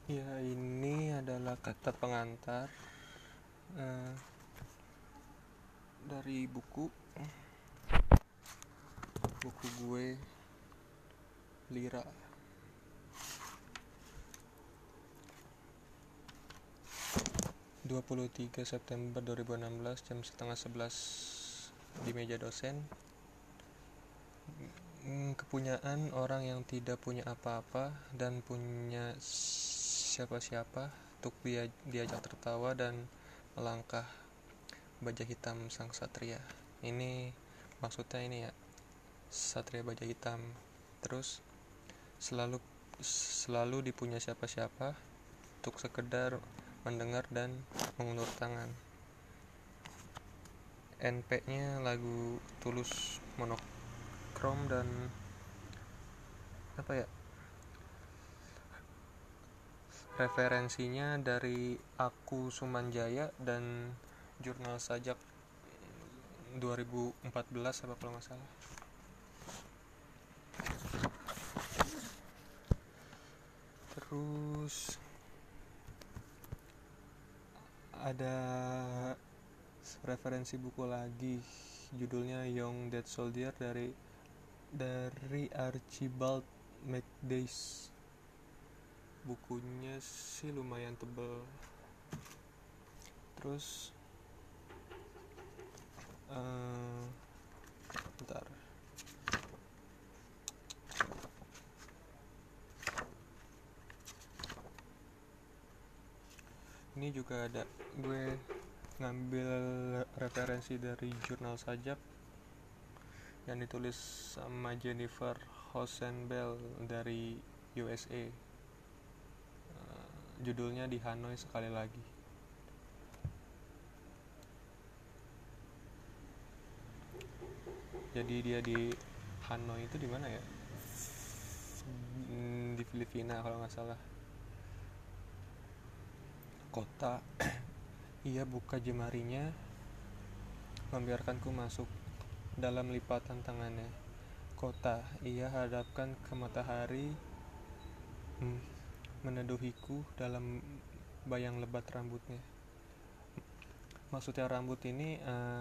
Ya, ini adalah kata pengantar eh, dari buku gue Lira. 23 September 2016 jam setengah 11 di meja dosen. Kepunyaan orang yang tidak punya apa-apa dan punya siapa-siapa untuk diajak tertawa dan melangkah baja hitam sang satria. Ini maksudnya ini ya, satria baja hitam. Terus selalu selalu dipunya siapa-siapa untuk sekedar mendengar dan mengulur tangan. NP-nya lagu Tulus monokrom dan apa ya, referensinya dari Aku Sumanjaya dan Jurnal Sajak 2014 apa kalau nggak salah. Terus ada referensi buku lagi, judulnya Young Dead Soldier dari Archibald MacLeish. Bukunya sih lumayan tebel. Terus bentar, ini juga ada, gue ngambil referensi dari Jurnal Sajak yang ditulis sama Jennifer Hosenbell dari USA. Judulnya Di Hanoi Sekali Lagi. Jadi dia di Hanoi itu di mana ya? Di Filipina kalau nggak salah. Kota. Ia buka jemarinya, membiarkanku masuk dalam lipatan tangannya. Kota. Ia hadapkan ke matahari, meneduhiku dalam bayang lebat rambutnya. Maksudnya rambut ini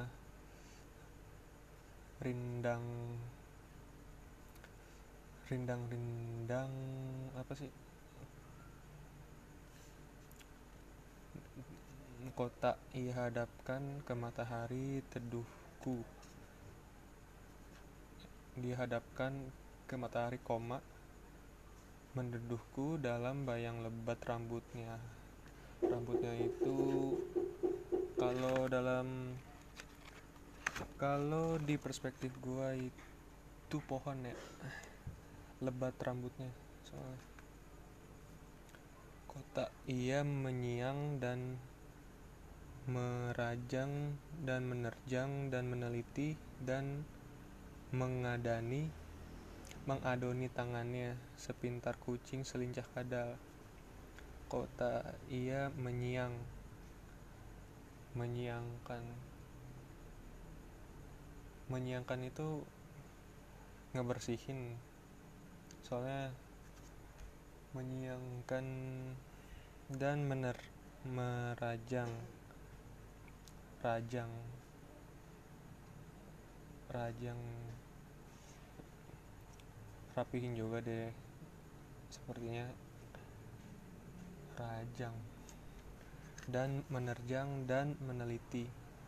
rindang apa sih? Kota. Ia hadapkan ke matahari teduhku. Dihadapkan ke matahari, mendeduhku dalam bayang lebat rambutnya. Rambutnya itu kalau di perspektif gua itu pohon ya, lebat rambutnya soalnya. Kota. Ia menyiang dan merajang dan menerjang dan meneliti dan mengadoni tangannya sepintar kucing selincah kadal. Kota. Ia menyiangkan itu ngebersihin, soalnya menyiangkan dan rajang rapihin juga deh sepertinya, rajang dan menerjang dan meneliti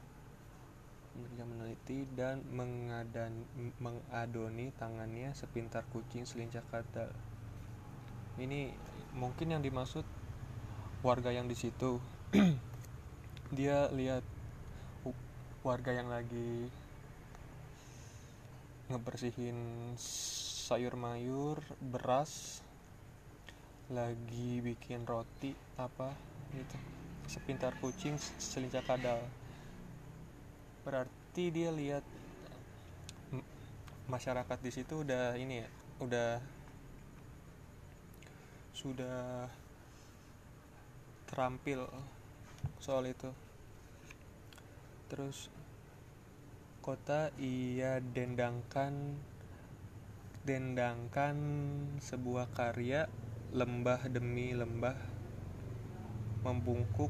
dan mengadoni tangannya sepintar kucing selincah kadal. Ini mungkin yang dimaksud warga yang di situ. Dia lihat warga yang lagi ngebersihin sayur mayur, beras, lagi bikin roti apa gitu, sepintar kucing selincah kadal. Berarti dia lihat masyarakat di situ udah ini ya, sudah terampil soal itu. Terus kota. Ia dendangkan sebuah karya, lembah demi lembah membungkuk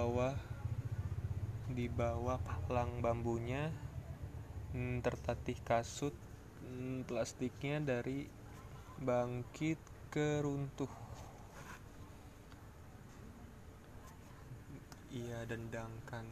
di bawah palang bambunya, tertatih kasut plastiknya dari bangkit ke runtuh. Ia dendangkan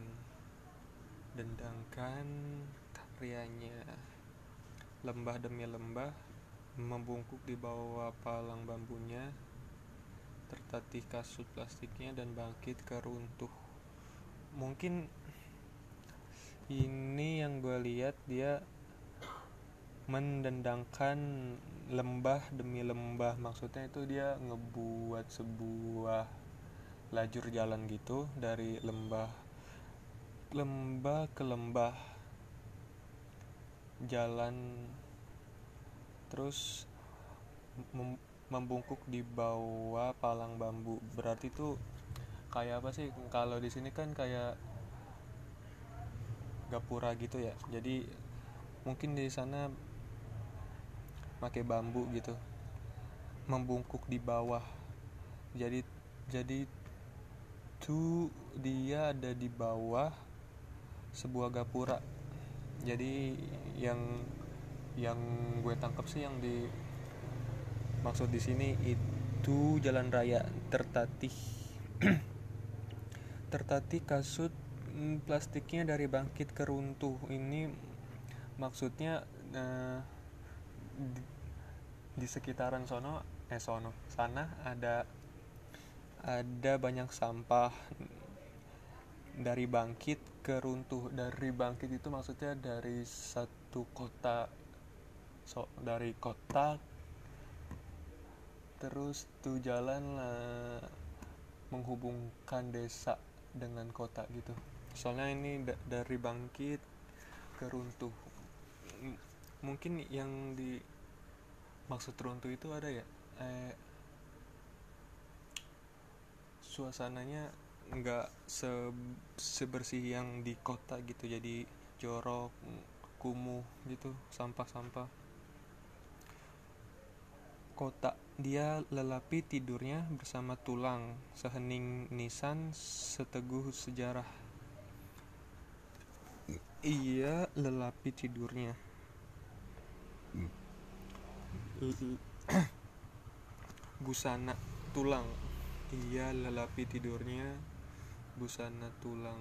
karyanya, lembah demi lembah membungkuk di bawah palang bambunya, tertatih kasut plastiknya dan bangkit ke runtuh. Mungkin ini yang gue lihat, dia mendendangkan lembah demi lembah. Maksudnya itu dia ngebuat sebuah lajur jalan gitu dari lembah ke lembah, jalan terus membungkuk di bawah palang bambu. Berarti tuh kayak apa sih, kalau di sini kan kayak gapura gitu ya, jadi mungkin di sana pakai bambu gitu, membungkuk di bawah. Jadi tuh dia ada di bawah sebuah gapura. Jadi yang gue tangkap sih, yang dimaksud di sini itu jalan raya tertatih kasut plastiknya dari bangkit ke runtuh. Ini maksudnya di sekitaran sana ada banyak sampah. Dari bangkit ke runtuh, dari bangkit itu maksudnya dari satu kota, dari kota terus tuh jalan menghubungkan desa dengan kota gitu. Soalnya ini dari bangkit ke runtuh. Mungkin yang dimaksud runtuh itu ada ya, suasananya nggak sebersih yang di kota gitu, jadi jorok, kumuh gitu, sampah. Kota, dia lelapi tidurnya bersama tulang, sehening nisan, seteguh sejarah. Ia lelapi tidurnya busana tulang. Ia lelapi tidurnya busana tulang.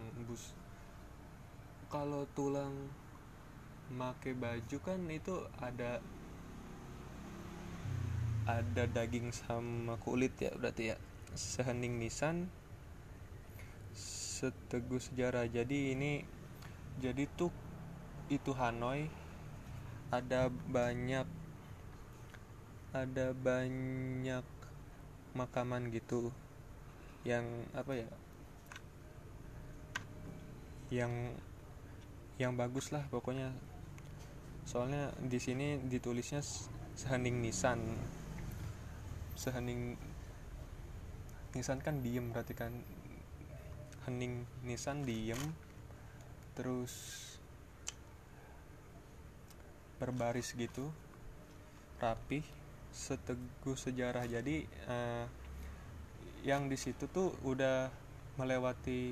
Kalau tulang make baju kan itu ada daging sama kulit ya, berarti ya. Sehening nisan, seteguh sejarah. Jadi tuh itu Hanoi ada banyak makaman gitu, yang apa ya, yang bagus lah pokoknya. Soalnya di sini ditulisnya sehening nisan kan diem, berarti kan hening nisan diem, terus berbaris gitu, rapih, seteguh sejarah. Jadi yang di situ tuh udah melewati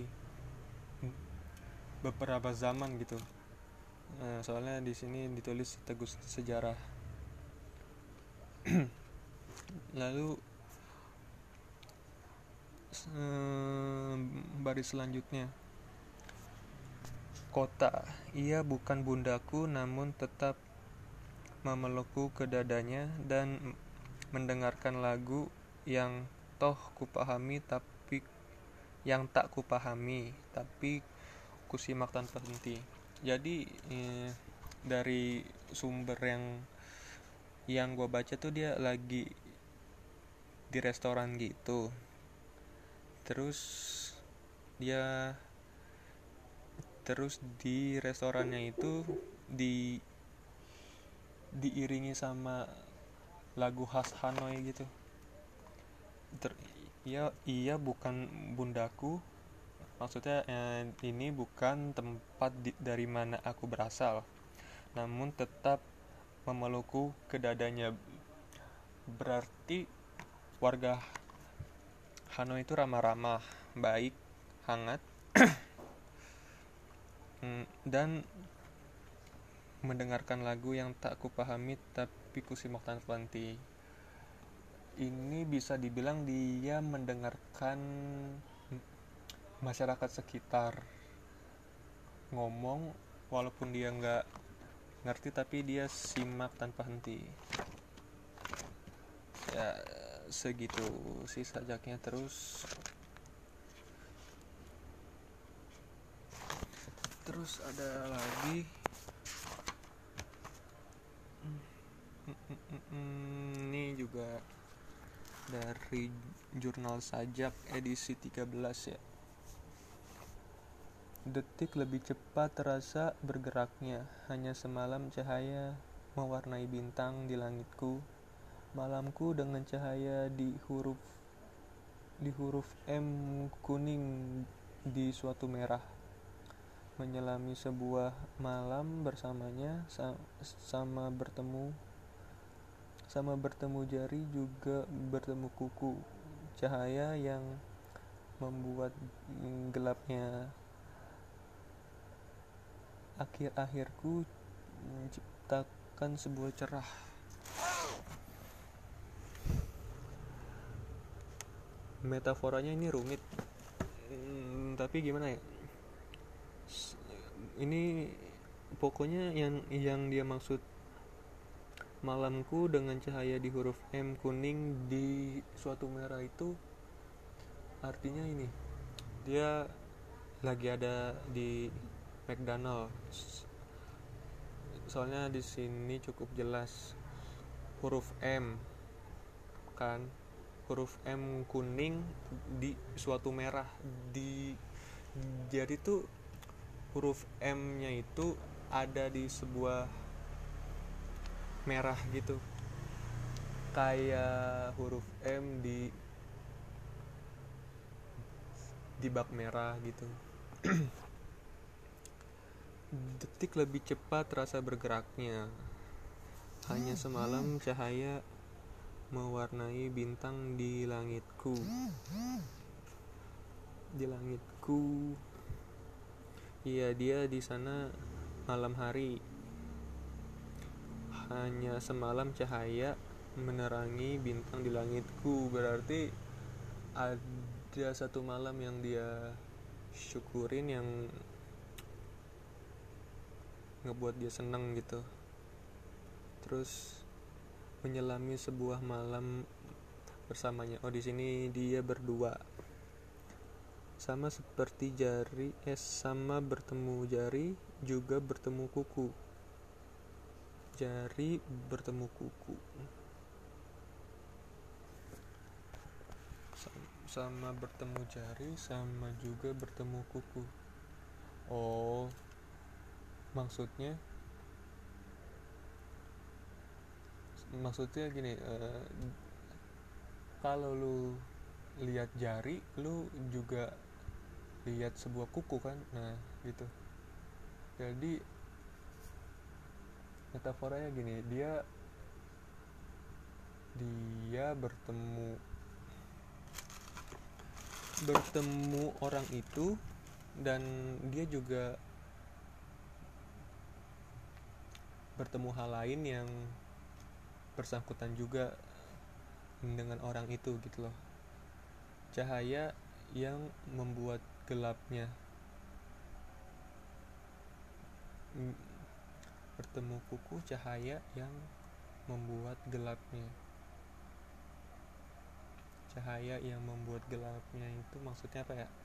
beberapa zaman gitu. Soalnya di sini ditulis seteguh sejarah. Lalu baris selanjutnya, kota. Ia bukan bundaku, namun tetap memelukku ke dadanya dan mendengarkan lagu yang tak kupahami tapi kusimak tanpa henti. Jadi dari sumber yang gue baca tuh, dia lagi di restoran gitu. Terus di restorannya itu diiringi sama lagu khas Hanoi gitu. Ia bukan bundaku, maksudnya ini bukan tempat dari mana aku berasal, namun tetap memelukku ke dadanya. Berarti warga Hanoi itu ramah-ramah, baik, hangat, dan mendengarkan lagu yang tak kupahami tapi kusimak tanpa henti. Ini bisa dibilang dia mendengarkan masyarakat sekitar ngomong, walaupun dia nggak ngerti tapi dia simak tanpa henti. Ya segitu sih sajaknya. Terus ada lagi ini juga dari Jurnal Sajak edisi 13 ya. Detik lebih cepat terasa bergeraknya, hanya semalam cahaya mewarnai bintang di langitku. Malamku dengan cahaya di huruf M kuning di suatu merah. Menyelami sebuah malam bersamanya, sama bertemu jari, juga bertemu kuku. Cahaya yang membuat gelapnya. Akhir-akhirku menciptakan sebuah cerah. Metaforanya ini rumit, tapi gimana ya, ini pokoknya yang dia maksud malamku dengan cahaya di huruf M kuning di suatu merah itu artinya ini, dia lagi ada di McDonald's. Soalnya di sini cukup jelas huruf M kan, huruf M kuning di suatu merah. Jadi tuh huruf M-nya itu ada di sebuah merah gitu, kayak huruf M di bak merah gitu. Detik lebih cepat terasa bergeraknya, hanya semalam cahaya mewarnai bintang di langitku. Iya, dia di sana malam hari. Hanya semalam cahaya menerangi bintang di langitku, berarti ada satu malam yang dia syukurin, yang ngebuat dia seneng gitu. Terus menyelami sebuah malam bersamanya. Oh, di sini dia berdua. Sama seperti jari, sama bertemu jari, juga bertemu kuku. Jari bertemu kuku. Sama bertemu jari, sama juga bertemu kuku. Oh, maksudnya gini, kalau lu lihat jari, lu juga lihat sebuah kuku kan. Nah gitu. Jadi metaforanya gini, dia bertemu orang itu, dan dia juga bertemu hal lain yang bersangkutan juga dengan orang itu gitu loh. Cahaya yang membuat gelapnya. Bertemu kuku, cahaya yang membuat gelapnya. Cahaya yang membuat gelapnya itu maksudnya apa ya?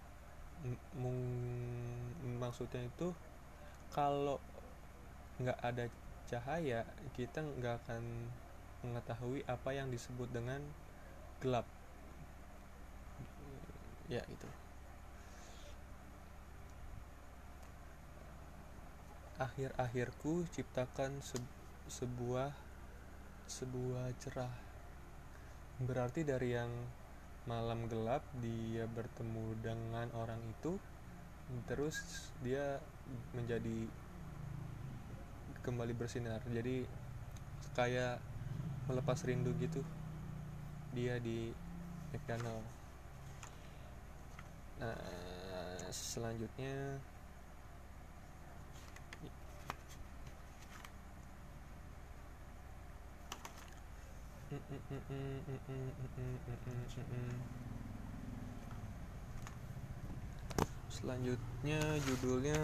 Maksudnya itu kalau nggak ada cahaya, kita nggak akan mengetahui apa yang disebut dengan gelap. Ya itu. Akhir-akhirku ciptakan sebuah cerah. Berarti dari yang malam gelap dia bertemu dengan orang itu, terus dia menjadi kembali bersinar. Jadi kayak melepas rindu gitu dia di McDonald. Selanjutnya judulnya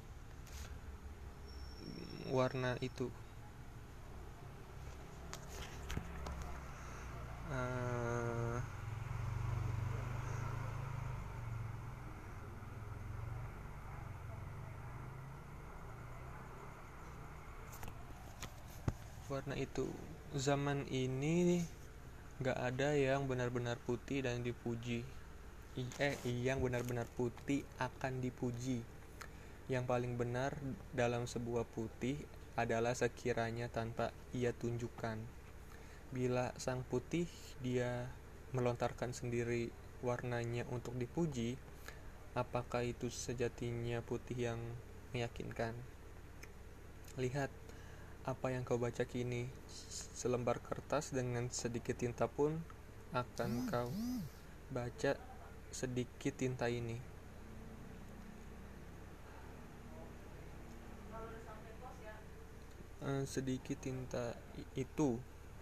warna itu. Warna itu, zaman ini gak ada yang benar-benar putih dan dipuji. Yang benar-benar putih akan dipuji. Yang paling benar dalam sebuah putih adalah sekiranya tanpa ia tunjukkan. Bila sang putih dia melontarkan sendiri warnanya untuk dipuji, apakah itu sejatinya putih yang meyakinkan? Lihat apa yang kau baca kini. Selembar kertas dengan sedikit tinta pun akan kau baca sedikit tinta ini. Sedikit tinta itu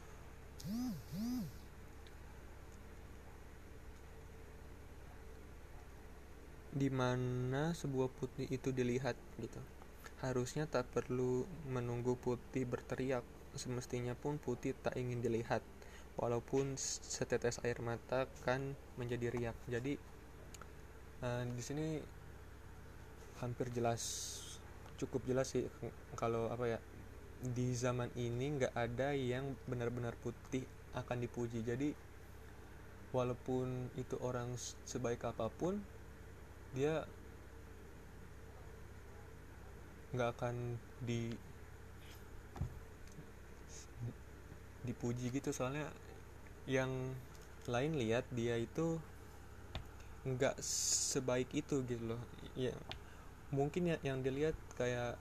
di mana sebuah putih itu dilihat gitu. Harusnya tak perlu menunggu putih berteriak. Semestinya pun putih tak ingin dilihat, walaupun setetes air mata kan menjadi riak. Jadi di sini hampir jelas, cukup jelas sih kalau di zaman ini nggak ada yang benar-benar putih akan dipuji. Jadi walaupun itu orang sebaik apapun, dia nggak akan dipuji gitu. Soalnya yang lain lihat dia itu nggak sebaik itu gitu loh. Ya mungkin yang dilihat kayak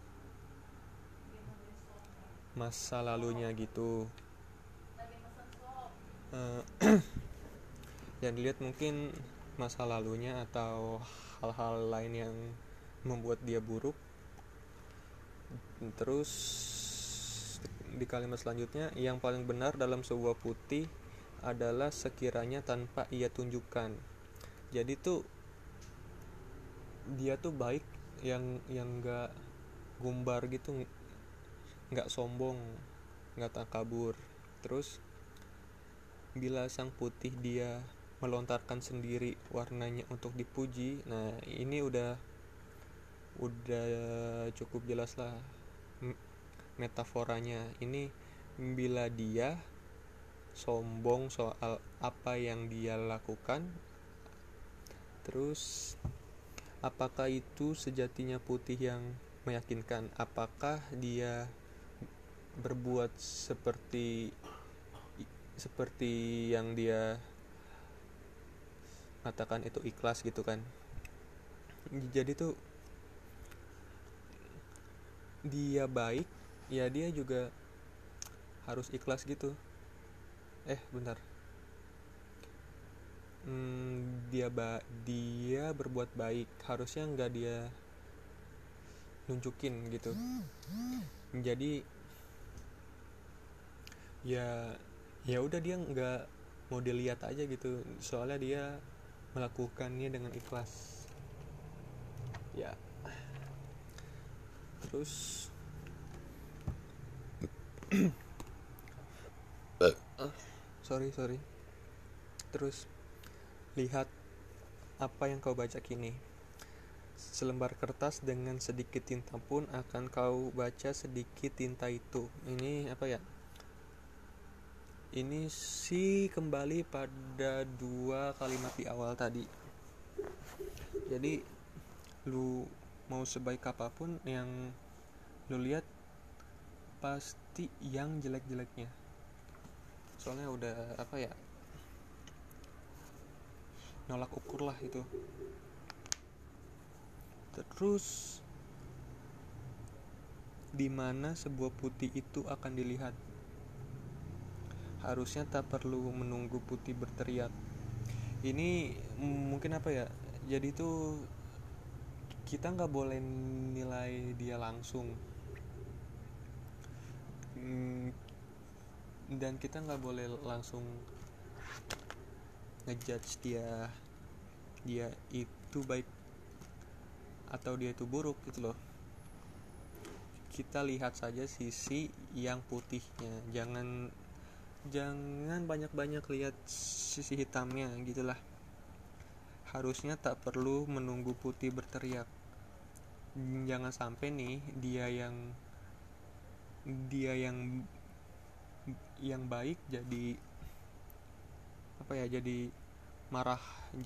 masa lalunya gitu. Yang dilihat mungkin masa lalunya atau hal-hal lain yang membuat dia buruk. Terus di kalimat selanjutnya, yang paling benar dalam sebuah putih adalah sekiranya tanpa ia tunjukkan. Jadi tuh dia tuh baik yang gak gumbar gitu, gak sombong, gak takabur. Terus bila sang putih dia melontarkan sendiri warnanya untuk dipuji, nah ini udah cukup jelas lah metaforanya. Ini bila dia sombong soal apa yang dia lakukan, terus apakah itu sejatinya putih yang meyakinkan? Apakah dia berbuat seperti yang dia katakan itu ikhlas gitu kan? Jadi tuh dia baik, ya dia juga harus ikhlas gitu. Bentar. Dia berbuat baik, harusnya nggak dia nunjukin gitu. Jadi ya udah, dia nggak mau dilihat aja gitu, soalnya dia melakukannya dengan ikhlas ya. Terus sorry. Terus lihat apa yang kau baca kini. Selembar kertas dengan sedikit tinta pun akan kau baca sedikit tinta itu. Ini apa ya? Ini sih kembali pada dua kalimat di awal tadi. Jadi lu mau sebaik apapun, yang lu lihat pasti yang jelek-jeleknya. Soalnya udah nolak ukur lah itu. Terus di mana sebuah putih itu akan dilihat? Harusnya tak perlu menunggu putih berteriak. Ini mungkin Jadi tuh kita nggak boleh nilai dia langsung. Hmm, dan kita nggak boleh langsung ngejudge dia itu baik atau dia itu buruk gitu loh. Kita lihat saja sisi yang putihnya, jangan banyak-banyak lihat sisi hitamnya gitulah. Harusnya tak perlu menunggu putih berteriak. Jangan sampai nih dia yang baik jadi apa ya, jadi marah,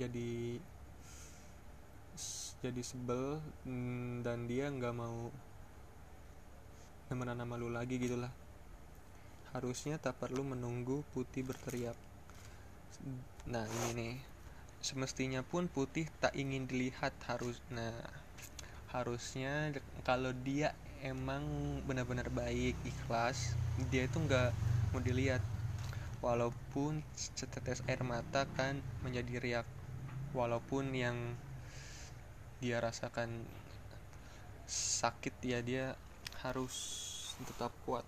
jadi sebel, dan dia nggak mau nemenan sama lu lagi gitulah. Harusnya tak perlu menunggu putih berteriak. Nah ini nih, semestinya pun putih tak ingin dilihat harusnya kalau dia emang benar-benar baik, ikhlas, dia itu nggak mau dilihat. Walaupun setetes air mata kan menjadi riak, walaupun yang dia rasakan sakit ya, dia harus tetap kuat.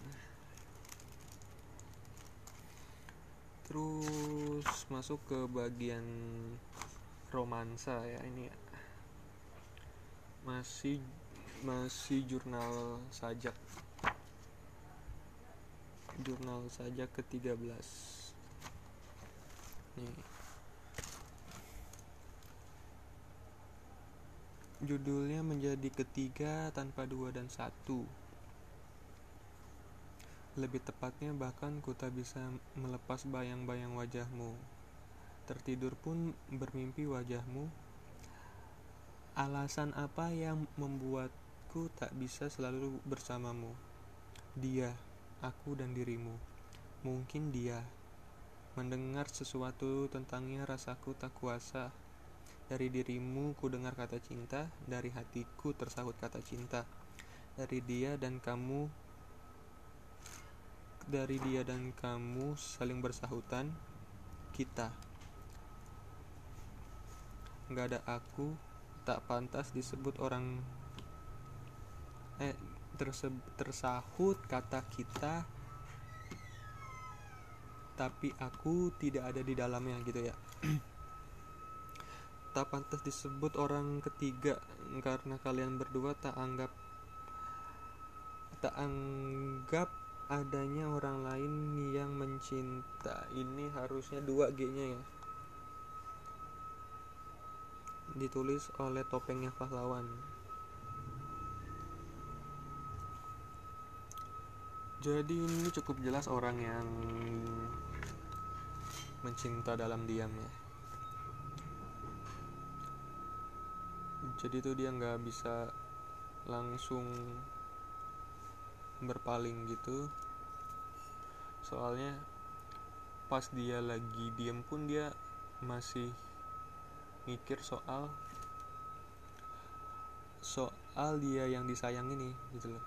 Terus masuk ke bagian romansa ya, ini masih jurnal sajak ke-13 nih. Judulnya menjadi ketiga tanpa dua dan satu. Lebih tepatnya bahkan ku tak bisa melepas bayang-bayang wajahmu. Tertidur pun bermimpi wajahmu. Alasan apa yang membuatku tak bisa selalu bersamamu? Dia, aku dan dirimu. Mungkin dia. Mendengar sesuatu tentangnya rasaku tak kuasa. Dari dirimu ku dengar kata cinta, dari hatiku tersahut kata cinta. Dari dia dan kamu saling bersahutan. Kita. Gak ada aku, tak pantas disebut orang. Tersahut kata kita, tapi aku tidak ada di dalamnya gitu ya. Tak pantas disebut orang ketiga karena kalian berdua tak anggap adanya orang lain yang mencinta. Ini harusnya 2G-nya ya. Ditulis oleh Topengnya Pahlawan. Jadi ini cukup jelas orang yang mencinta dalam diam ya. Jadi tuh dia nggak bisa langsung berpaling gitu. Soalnya pas dia lagi diam pun dia masih mikir soal dia yang disayang ini gitu loh.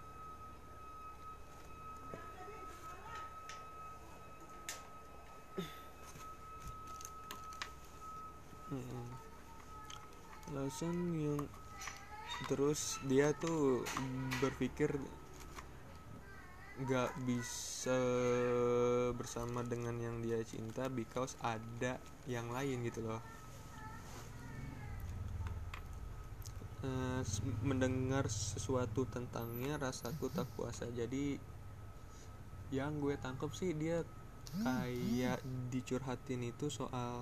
Alasan yang terus dia tuh berpikir gak bisa bersama dengan yang dia cinta because ada yang lain gitu loh. Mendengar sesuatu tentangnya rasaku tak kuasa. Jadi yang gue tangkep sih dia kayak dicurhatin itu soal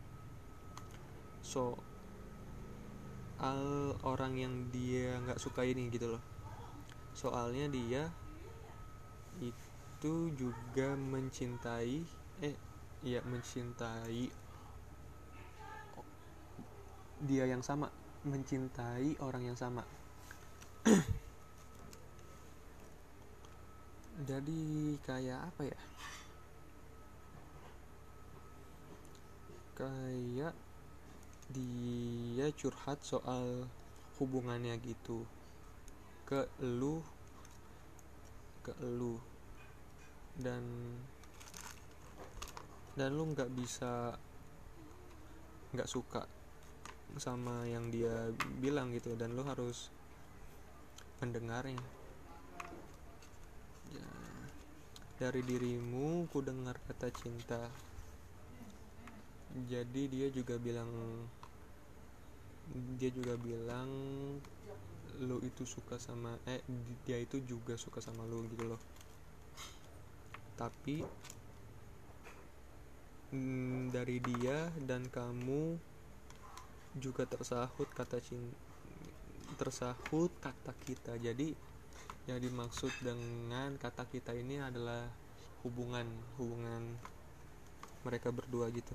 orang yang dia nggak suka ini gitu loh. Soalnya dia itu juga mencintai dia yang sama, mencintai orang yang sama. Jadi kayak apa ya, kayak dia curhat soal hubungannya gitu ke elu dan lu nggak bisa nggak suka sama yang dia bilang gitu, dan lo harus mendengarnya. Ya, dari dirimu ku dengar kata cinta. Jadi dia juga bilang lo itu suka sama dia itu juga suka sama lo gitu loh. Tapi dari dia dan kamu juga tersahut kata kita. Jadi yang dimaksud dengan kata kita ini adalah hubungan mereka berdua gitu.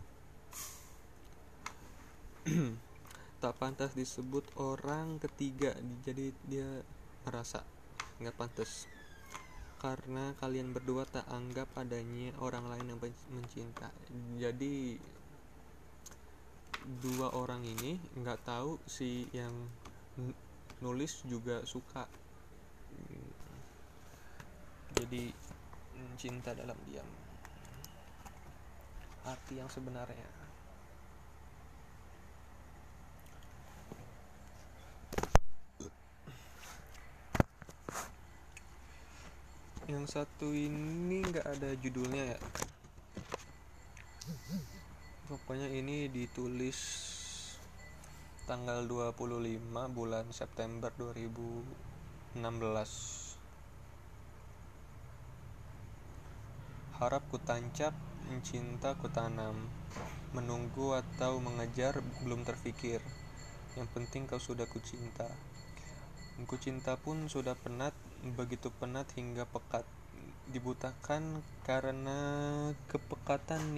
Tak pantas disebut orang ketiga, jadi dia merasa nggak pantas karena kalian berdua tak anggap adanya orang lain yang mencinta. Jadi dua orang ini nggak tahu si yang nulis juga suka. Jadi cinta dalam diam, arti yang sebenarnya. Yang satu ini nggak ada judulnya ya, pokoknya ini ditulis tanggal 25 bulan September 2016. Harap ku tancap, cinta ku tanam, menunggu atau mengejar belum terfikir, yang penting kau sudah ku cinta. Ku cinta pun sudah penat, begitu penat hingga pekat, dibutakan karena kepekatan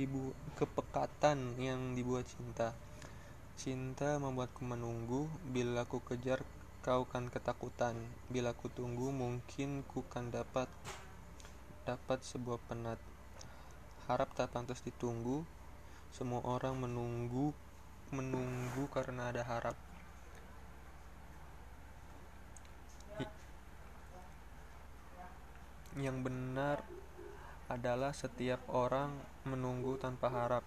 yang dibuat cinta. Cinta membuatku menunggu, bila ku kejar kau kan ketakutan, bila ku tunggu mungkin ku kan dapat sebuah penat. Harap tak pantas ditunggu, semua orang menunggu karena ada harap. Yang benar adalah setiap orang menunggu tanpa harap.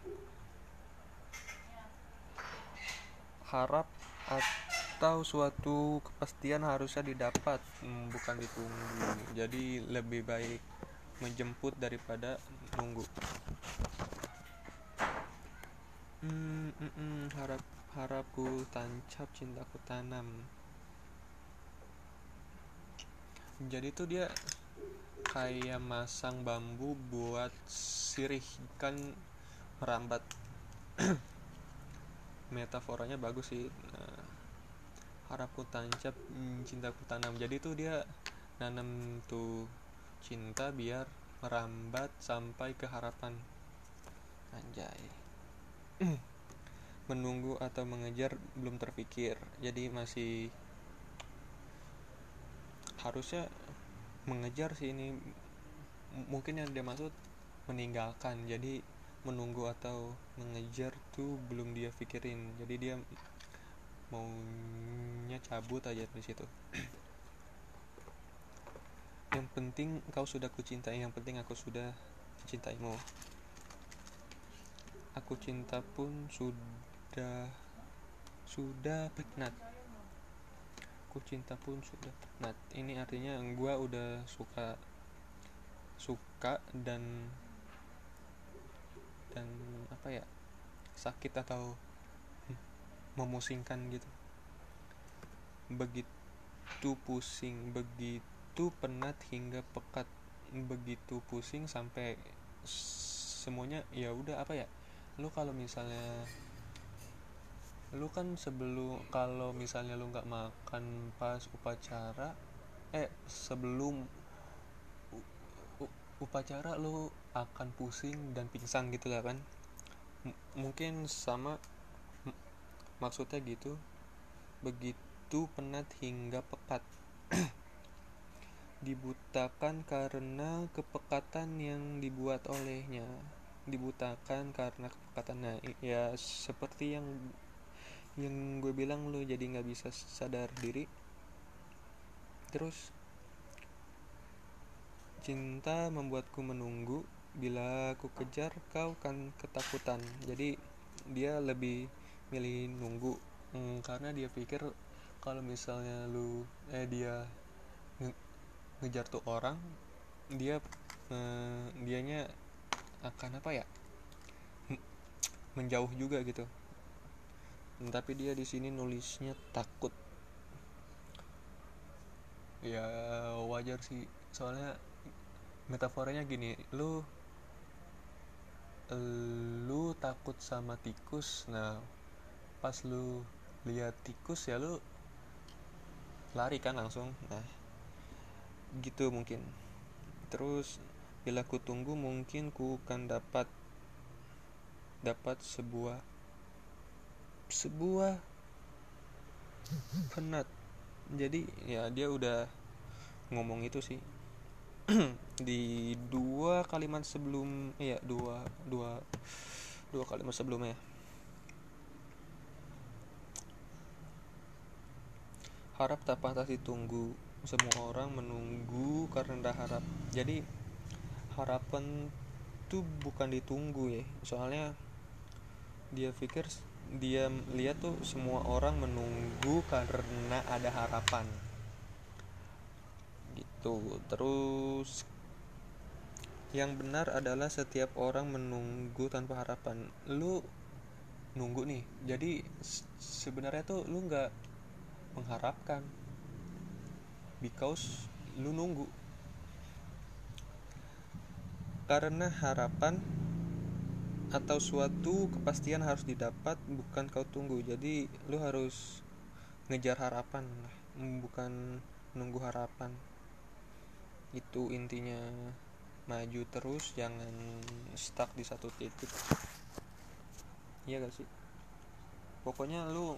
Harap atau suatu kepastian harusnya didapat, bukan ditunggu. Jadi lebih baik menjemput daripada nunggu. Harapku tancap, cintaku tanam. Jadi tuh dia kayak masang bambu buat sirih kan merambat. Metaforanya bagus sih. Harapku tancap, cintaku tanam. Jadi tuh dia nanam tuh cinta biar merambat sampai ke harapan. Anjay. Menunggu atau mengejar belum terpikir, jadi masih harusnya mengejar sih ini. Mungkin yang dia maksud meninggalkan, jadi menunggu atau mengejar tuh belum dia pikirin, jadi dia maunya cabut aja dari situ. Yang penting kau sudah kucintai, yang penting aku sudah mencintaimu. Aku cinta pun sudah penat. Aku cinta pun sudah penat. Ini artinya gue udah suka dan apa ya, sakit atau memusingkan gitu. Begitu pusing, begitu penat hingga pekat, begitu pusing sampai semuanya ya udah apa ya. Lu kalau misalnya lu kan kalau misalnya lu nggak makan pas upacara, sebelum upacara lu akan pusing dan pingsan gitu lah kan. Mungkin sama maksudnya gitu. Begitu penat hingga pekat, dibutakan karena kepekatan yang dibuat olehnya. Dibutakan karena kepekatannya, ya seperti yang gue bilang, lu jadi nggak bisa sadar diri. Terus cinta membuatku menunggu, bila aku kejar kau kan ketakutan. Jadi dia lebih milih nunggu, karena dia pikir kalau misalnya dia ngejar tuh orang, dianya akan menjauh juga gitu. Tapi dia di sini nulisnya takut. Ya wajar sih, soalnya metaforanya gini, lu takut sama tikus. Nah, pas lu lihat tikus ya lu lari kan langsung. Nah, gitu mungkin. Terus bila ku tunggu mungkin ku kan dapat sebuah penat. Jadi ya dia udah ngomong itu sih di dua kalimat sebelum, dua kalimat sebelumnya. Harap tak pantas ditunggu, semua orang menunggu karena rendah harap. Jadi harapan tuh bukan ditunggu ya, soalnya dia lihat tuh semua orang menunggu karena ada harapan gitu. Terus yang benar adalah setiap orang menunggu tanpa harapan. Lu nunggu nih, jadi sebenarnya tuh lu nggak mengharapkan, because lu nunggu. Karena harapan atau suatu kepastian harus didapat, bukan kau tunggu. Jadi lu harus ngejar harapan, bukan nunggu harapan. Itu intinya. Maju terus, jangan stuck di satu titik. Iya gak sih? Pokoknya lu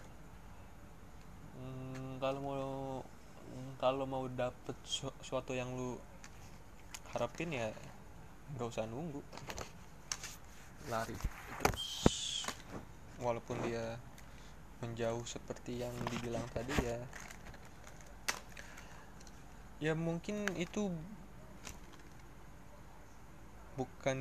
kalau mau dapet suatu yang lu harapin ya gak usah nunggu, lari terus. Walaupun dia menjauh seperti yang dibilang tadi, ya mungkin itu bukan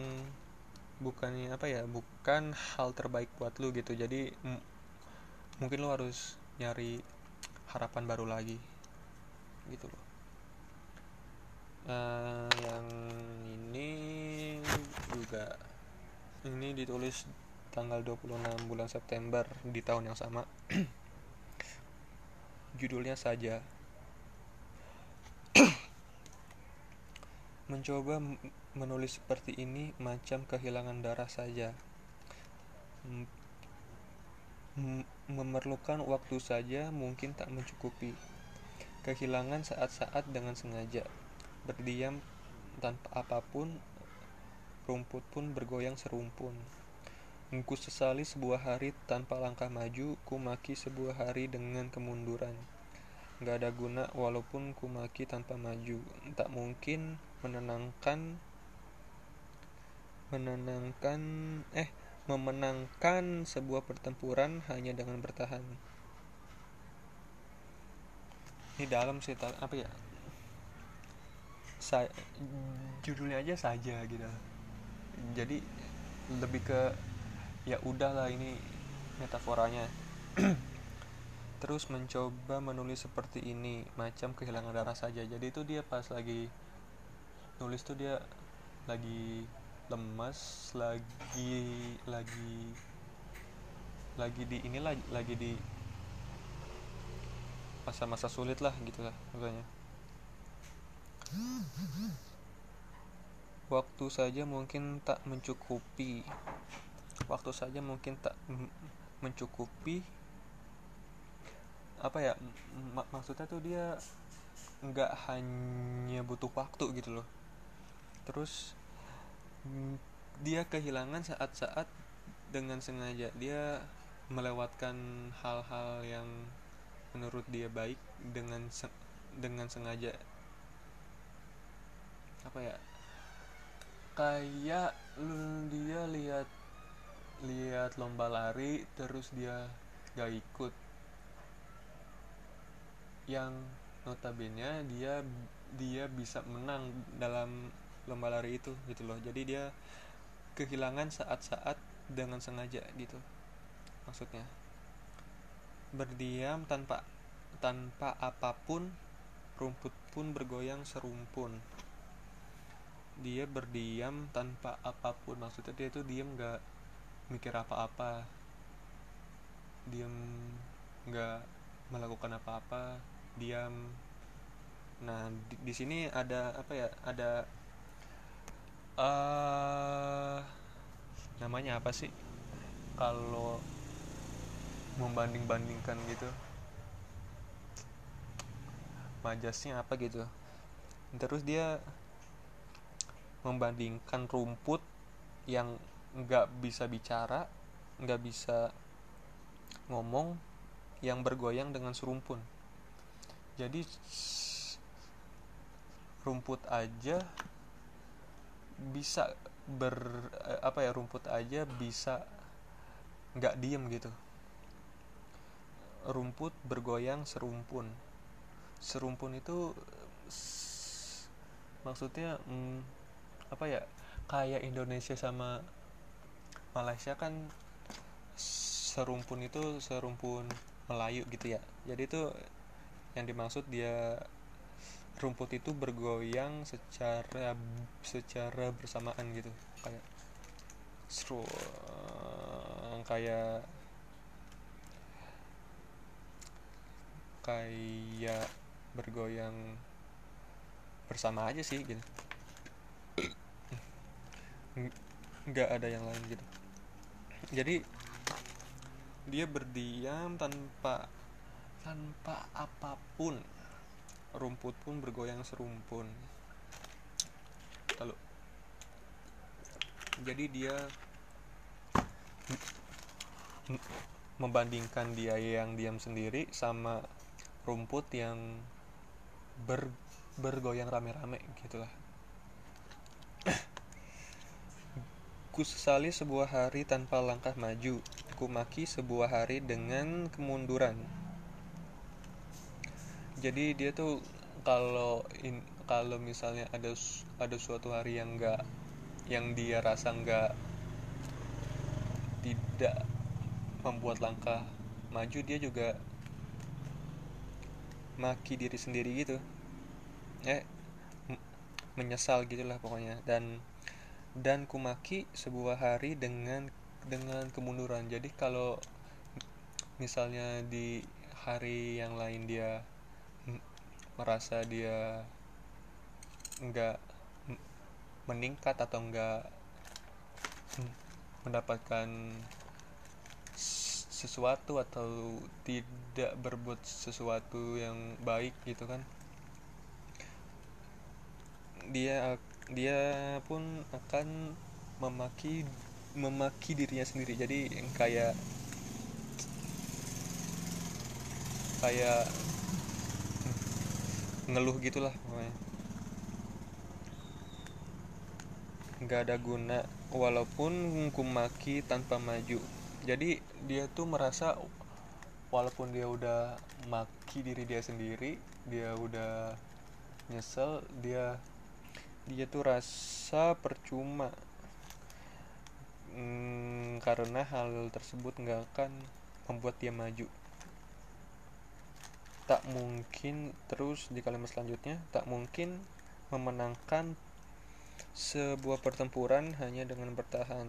hal terbaik buat lu gitu. Jadi mungkin lu harus nyari harapan baru lagi gitu loh. Yang ini ditulis tanggal 26 bulan September di tahun yang sama. Judulnya Saja. Mencoba menulis seperti ini macam kehilangan darah saja. Memerlukan waktu saja, mungkin tak mencukupi. Kehilangan saat-saat dengan sengaja. Berdiam tanpa apapun, rumput pun bergoyang serumpun. Ku sesali sebuah hari tanpa langkah maju, ku maki sebuah hari dengan kemunduran. Gak ada guna walaupun ku maki tanpa maju. Tak mungkin memenangkan sebuah pertempuran hanya dengan bertahan. Ini dalam sih, judulnya aja Saja gitu. Jadi lebih ke ya udahlah, ini metaforanya. Terus mencoba menulis seperti ini macam kehilangan darah saja. Jadi itu dia pas lagi nulis tuh dia lagi lemas, lagi di masa-masa sulit lah gitu lah pokoknya. Waktu saja mungkin tak mencukupi. Maksudnya tuh dia nggak hanya butuh waktu gitu loh. Terus dia kehilangan saat-saat dengan sengaja. Dia melewatkan hal-hal yang menurut dia baik dengan sengaja. Kayak dia lihat lomba lari terus dia gak ikut, yang notabene dia bisa menang dalam lomba lari itu gitu loh. Jadi dia kehilangan saat-saat dengan sengaja gitu. maksudnya. Berdiam tanpa tanpa apapun, rumput pun bergoyang serumpun. Dia berdiam tanpa apapun, maksudnya dia tuh diam, nggak mikir apa-apa, diam, nggak melakukan apa-apa, diam. Nah, di sini ada apa ya, ada namanya apa sih kalau membanding-bandingkan gitu, majasnya apa gitu. Terus dia membandingkan rumput yang nggak bisa bicara, nggak bisa ngomong, yang bergoyang dengan serumpun. Jadi rumput aja bisa rumput aja bisa nggak diem gitu. Rumput bergoyang serumpun. Serumpun itu maksudnya apa ya, kayak Indonesia sama Malaysia kan serumpun itu serumpun Melayu gitu ya. Jadi itu yang dimaksud, dia rumput itu bergoyang secara bersamaan gitu, kayak seru, kayak kayak bergoyang bersama aja sih gitu, nggak ada yang lain gitu. Jadi dia berdiam tanpa apapun, rumput pun bergoyang serumpun. Lalu jadi dia membandingkan dia yang diam sendiri sama rumput yang bergoyang rame-rame gitulah. Ku sesali sebuah hari tanpa langkah maju, ku maki sebuah hari dengan kemunduran. Jadi dia tuh kalau misalnya ada suatu hari yang dia rasa tidak membuat langkah maju, dia juga maki diri sendiri gitu, menyesal gitulah pokoknya. Dan kumaki sebuah hari dengan kemunduran. Jadi kalau misalnya di hari yang lain dia merasa dia nggak meningkat atau nggak mendapatkan sesuatu atau tidak berbuat sesuatu yang baik gitu kan, dia pun akan memaki dirinya sendiri. Jadi kayak ngeluh gitulah pokoknya, nggak ada guna walaupun kumaki tanpa maju. Jadi dia tuh merasa walaupun dia udah maki diri dia sendiri, dia udah nyesel, dia tuh rasa percuma, karena hal tersebut nggak akan membuat dia maju. Tak mungkin, terus di kalimat selanjutnya, tak mungkin memenangkan sebuah pertempuran hanya dengan bertahan.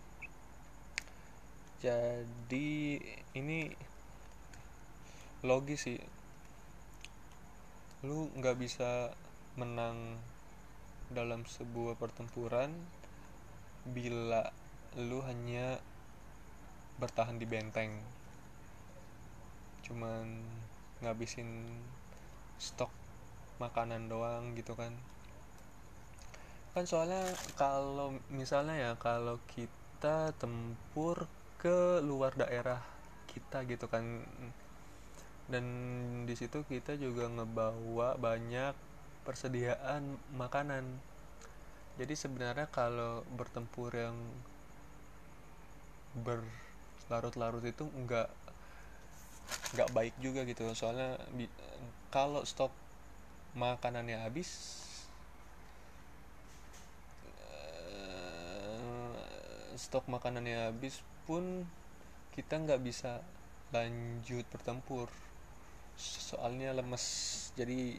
Jadi ini logis sih, lu nggak bisa menang dalam sebuah pertempuran bila lu hanya bertahan di benteng, cuman ngabisin stok makanan doang gitu kan. Soalnya kalau misalnya ya, kalau kita tempur ke luar daerah kita gitu kan, dan di situ kita juga ngebawa banyak persediaan makanan. Jadi sebenarnya kalau bertempur yang berlarut-larut itu nggak baik juga gitu. Soalnya kalau stok makanannya habis, pun kita nggak bisa lanjut bertempur soalnya lemes. Jadi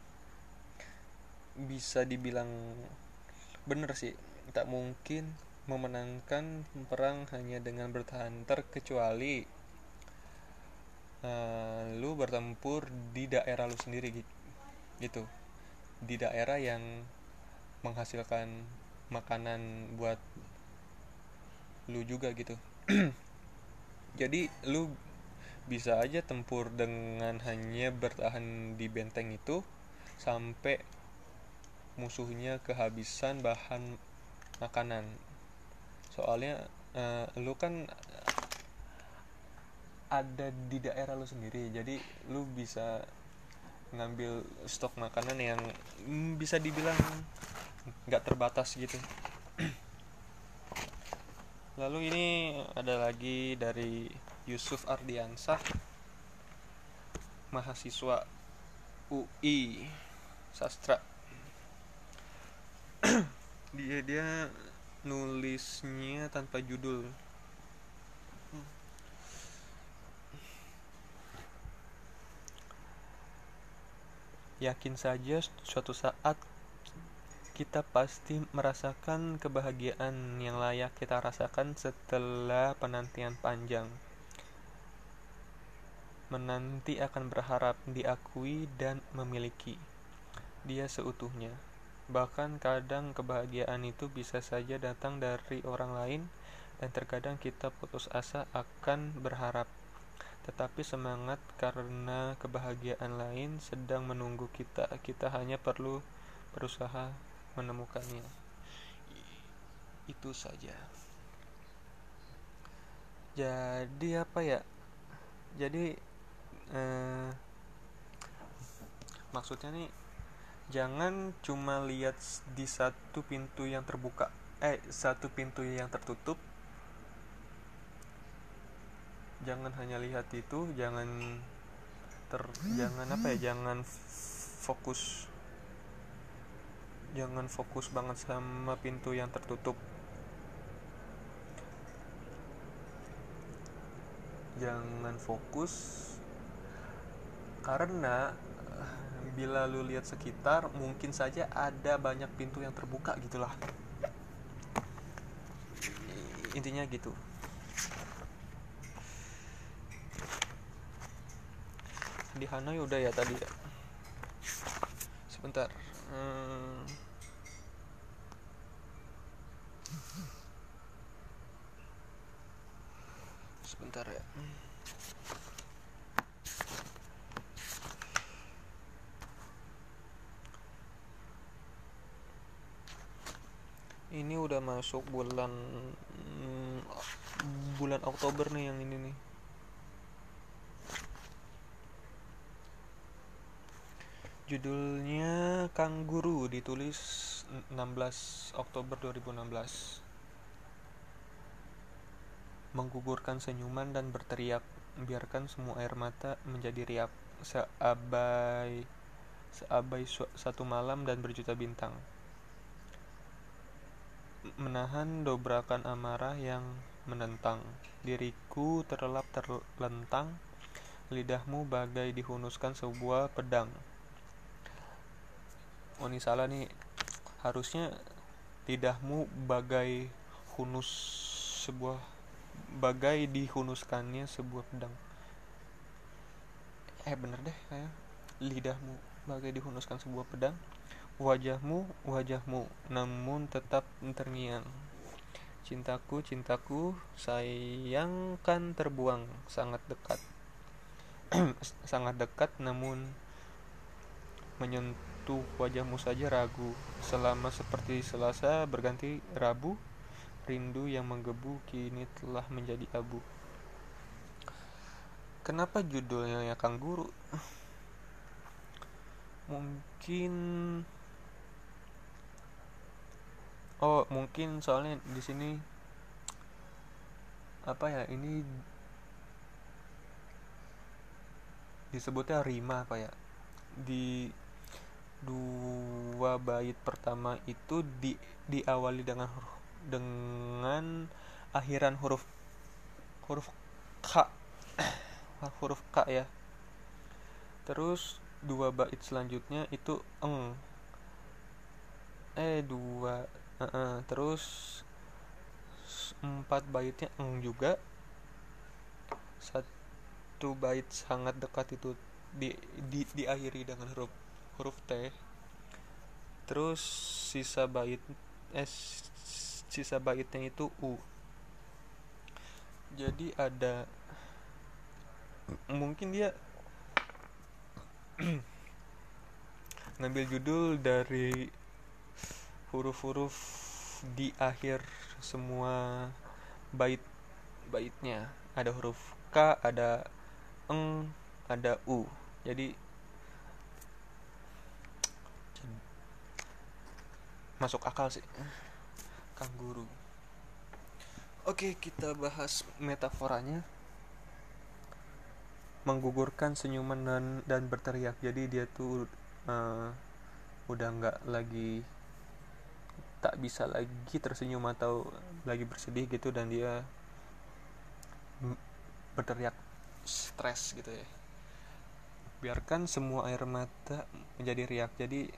bisa dibilang bener sih, tak mungkin memenangkan perang hanya dengan bertahan, terkecuali lu bertempur di daerah lu sendiri gitu, di daerah yang menghasilkan makanan buat lu juga gitu. Jadi lu bisa aja tempur dengan hanya bertahan di benteng itu sampai musuhnya kehabisan bahan makanan. Soalnya lu kan ada di daerah lu sendiri, jadi lu bisa ngambil stok makanan yang bisa dibilang nggak terbatas gitu. Lalu ini ada lagi dari Yusuf Ardiansah, mahasiswa UI Sastra. dia nulisnya tanpa judul. Yakin saja suatu saat kita pasti merasakan kebahagiaan yang layak kita rasakan setelah penantian panjang. Menanti akan berharap diakui dan memiliki dia seutuhnya. Bahkan kadang kebahagiaan itu bisa saja datang dari orang lain, dan terkadang kita putus asa akan berharap. Tetapi semangat karena kebahagiaan lain sedang menunggu kita. Kita hanya perlu berusaha menemukannya. Itu saja. Jadi apa ya? Jadi maksudnya nih, jangan cuma lihat di satu pintu yang terbuka, satu pintu yang tertutup. Jangan hanya lihat itu, jangan fokus banget sama pintu yang tertutup. Jangan fokus karena bila lu lihat sekitar mungkin saja ada banyak pintu yang terbuka gitulah. Intinya gitu. Di Hanoi udah ya tadi ya. Sebentar. Sebentar ya. Ini udah masuk bulan Oktober nih yang ini nih. Judulnya Kangguru, ditulis 16 Oktober 2016. Menggugurkan senyuman dan berteriak, biarkan semua air mata menjadi riak, seabai satu malam dan berjuta bintang. Menahan dobrakan amarah yang menentang, diriku terlelap terlentang, lidahmu bagai dihunuskan sebuah pedang. Oh ini salah nih, harusnya lidahmu bagai dihunuskannya sebuah pedang. Bener deh kayak lidahmu bagai dihunuskan sebuah pedang, wajahmu namun tetap terngiang. Cintaku sayangkan terbuang sangat dekat sangat dekat, namun menyentuh wajahmu saja ragu. Selama seperti Selasa berganti Rabu, rindu yang menggebu kini telah menjadi abu. Kenapa judulnya ya Kangguru? Mungkin soalnya di sini apa ya, ini disebutnya rima apa ya, di dua bait pertama itu diawali dengan akhiran huruf K, huruf K ya. Terus 2 bait selanjutnya itu eng. Dua. Terus 4 baitnya eng juga. Satu bait sangat dekat itu diakhiri dengan huruf T. Terus sisa bait sisa baitnya itu U. Jadi ada, mungkin dia ngambil judul dari huruf-huruf di akhir semua baitnya. Ada huruf K, ada eng, ada U. Jadi masuk akal sih, Kang Guru. Oke, kita bahas metaforanya. Menggugurkan senyuman dan berteriak. Jadi dia tuh udah nggak lagi, tak bisa lagi tersenyum atau lagi bersedih gitu, dan dia berteriak stres gitu ya. Biarkan semua air mata menjadi riak. Jadi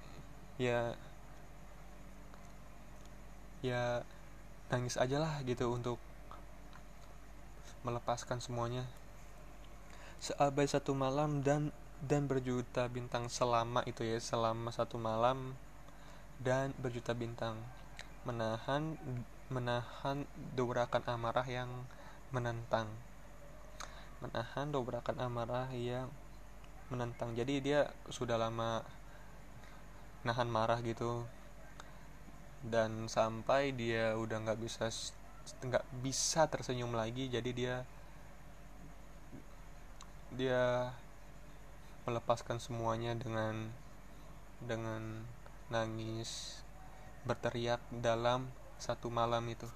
ya nangis aja lah gitu untuk melepaskan semuanya. Seabai satu malam dan berjuta bintang selama itu ya, selama satu malam dan berjuta bintang, menahan dobrakan amarah yang menentang. Jadi dia sudah lama nahan marah gitu, dan sampai dia udah nggak bisa tersenyum lagi. Jadi dia melepaskan semuanya dengan nangis, berteriak dalam satu malam itu.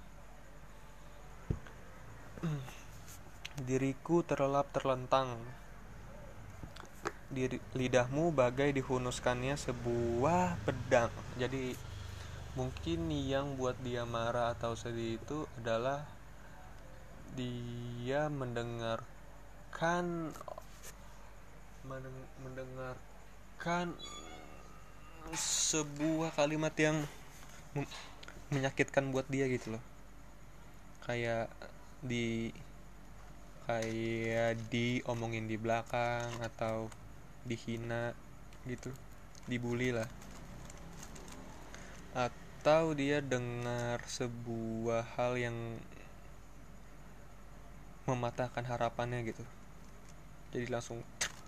Diriku terlelap terlentang, lidahmu bagai dihunuskannya sebuah pedang. Jadi mungkin yang buat dia marah atau sedih itu adalah dia mendengarkan sebuah kalimat yang menyakitkan buat dia gitu loh. Kayak diomongin di belakang atau dihina gitu, dibully lah. Atau dia dengar sebuah hal yang mematahkan harapannya gitu. Jadi langsung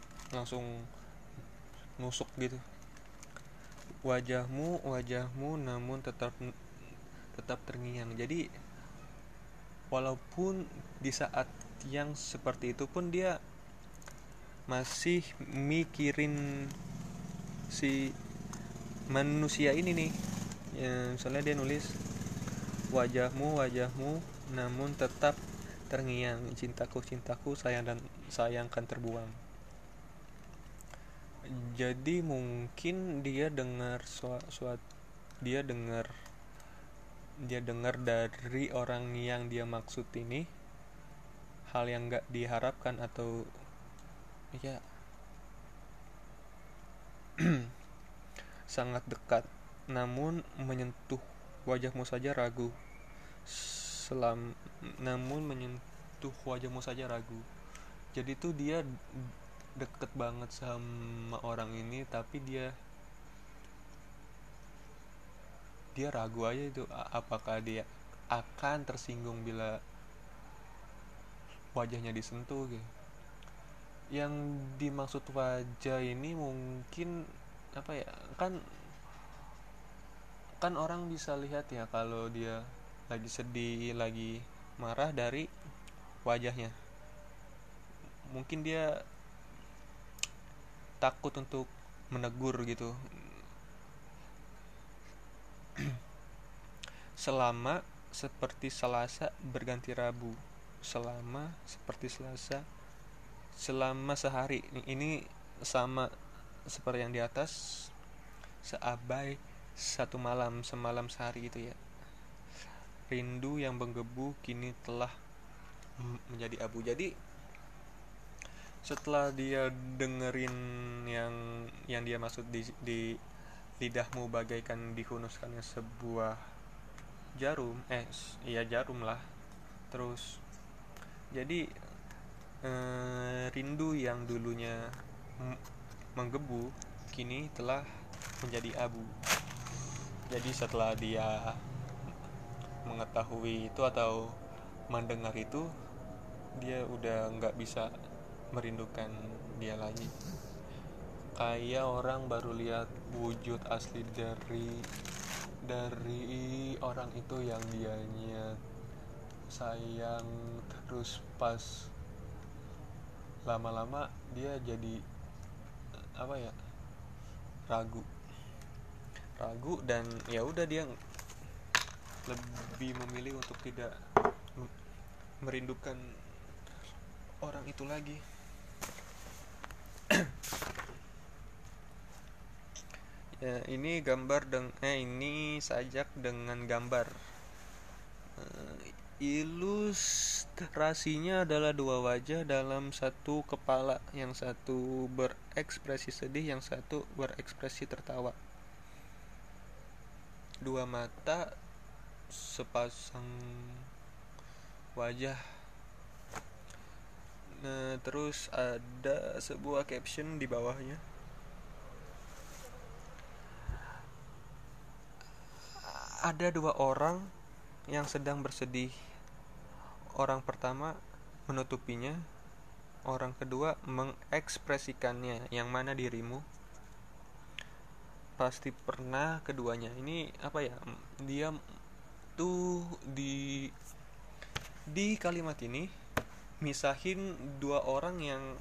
nusuk gitu. Wajahmu namun tetap terngiang. Jadi walaupun di saat yang seperti itu pun dia masih mikirin si manusia ini nih. Ya, misalnya dia nulis wajahmu namun tetap terngiang, cintaku sayangkan terbuang. Jadi mungkin dia dengar dia dengar dari orang yang dia maksud ini hal yang gak diharapkan, atau ya sangat dekat, namun menyentuh wajahmu saja ragu. Jadi tuh dia deket banget sama orang ini, tapi dia ragu aja itu, apakah dia akan tersinggung bila wajahnya disentuh gitu. Yang dimaksud wajah ini mungkin apa ya, kan orang bisa lihat ya kalau dia lagi sedih, lagi marah dari wajahnya. Mungkin dia takut untuk menegur gitu. Selama seperti Selasa berganti Rabu, selama sehari. Ini sama seperti yang di atas, seabai satu malam, semalam sehari itu ya. Rindu yang menggebu kini telah menjadi abu. Jadi setelah dia dengerin yang dia maksud di lidahmu bagaikan dihunuskannya sebuah jarum, iya jarum lah. Terus jadi rindu yang dulunya menggebu kini telah menjadi abu. Jadi setelah dia mengetahui itu atau mendengar itu, dia udah nggak bisa merindukan dia lagi. Kayak orang baru lihat wujud asli dari orang itu yang dianya sayang, terus pas lama-lama dia jadi ragu dan ya udah dia lebih memilih untuk tidak merindukan orang itu lagi. Ya, ini ini sajak dengan gambar. Ilustrasinya adalah dua wajah dalam satu kepala, yang satu berekspresi sedih, yang satu berekspresi tertawa. Dua mata, sepasang wajah. Nah, terus ada sebuah caption di bawahnya. Ada dua orang yang sedang bersedih. Orang pertama menutupinya, orang kedua mengekspresikannya. Yang mana dirimu? Pasti pernah keduanya. Ini dia tuh di kalimat ini misahin dua orang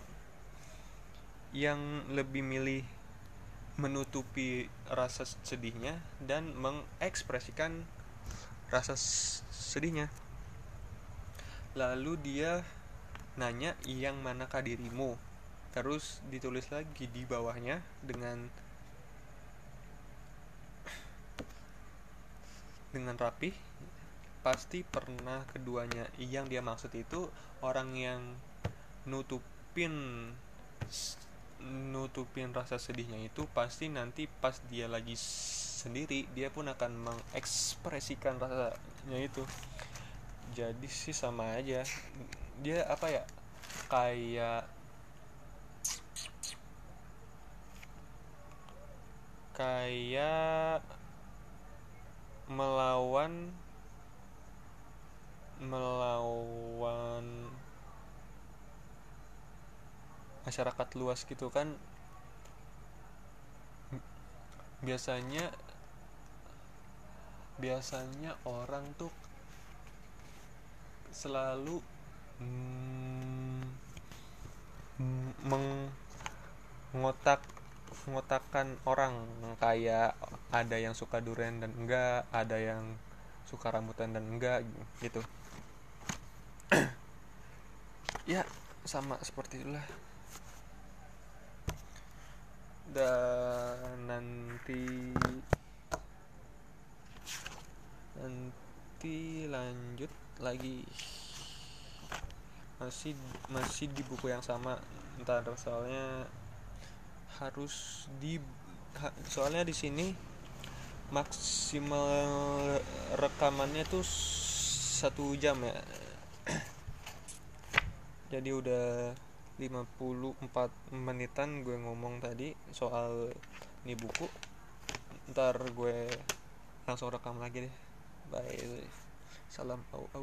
yang lebih milih menutupi rasa sedihnya dan mengekspresikan rasa sedihnya. Lalu dia nanya, yang manakah dirimu? Terus ditulis lagi di bawahnya dengan rapi, pasti pernah keduanya. Yang dia maksud itu orang yang nutupin rasa sedihnya itu pasti nanti pas dia lagi sendiri dia pun akan mengekspresikan rasanya itu. Jadi sih sama aja, dia kayak melawan masyarakat luas gitu kan. Biasanya orang tuh selalu mengotakkan orang, kayak ada yang suka durian dan enggak, ada yang suka rambutan dan enggak gitu. Ya sama seperti itulah. Dan nanti lanjut lagi, masih di buku yang sama. Ntar soalnya soalnya di sini maksimal rekamannya tuh 1 jam ya. Jadi udah 54 menitan gue ngomong tadi soal ini buku. Ntar gue langsung rekam lagi deh. Bye. Salam au.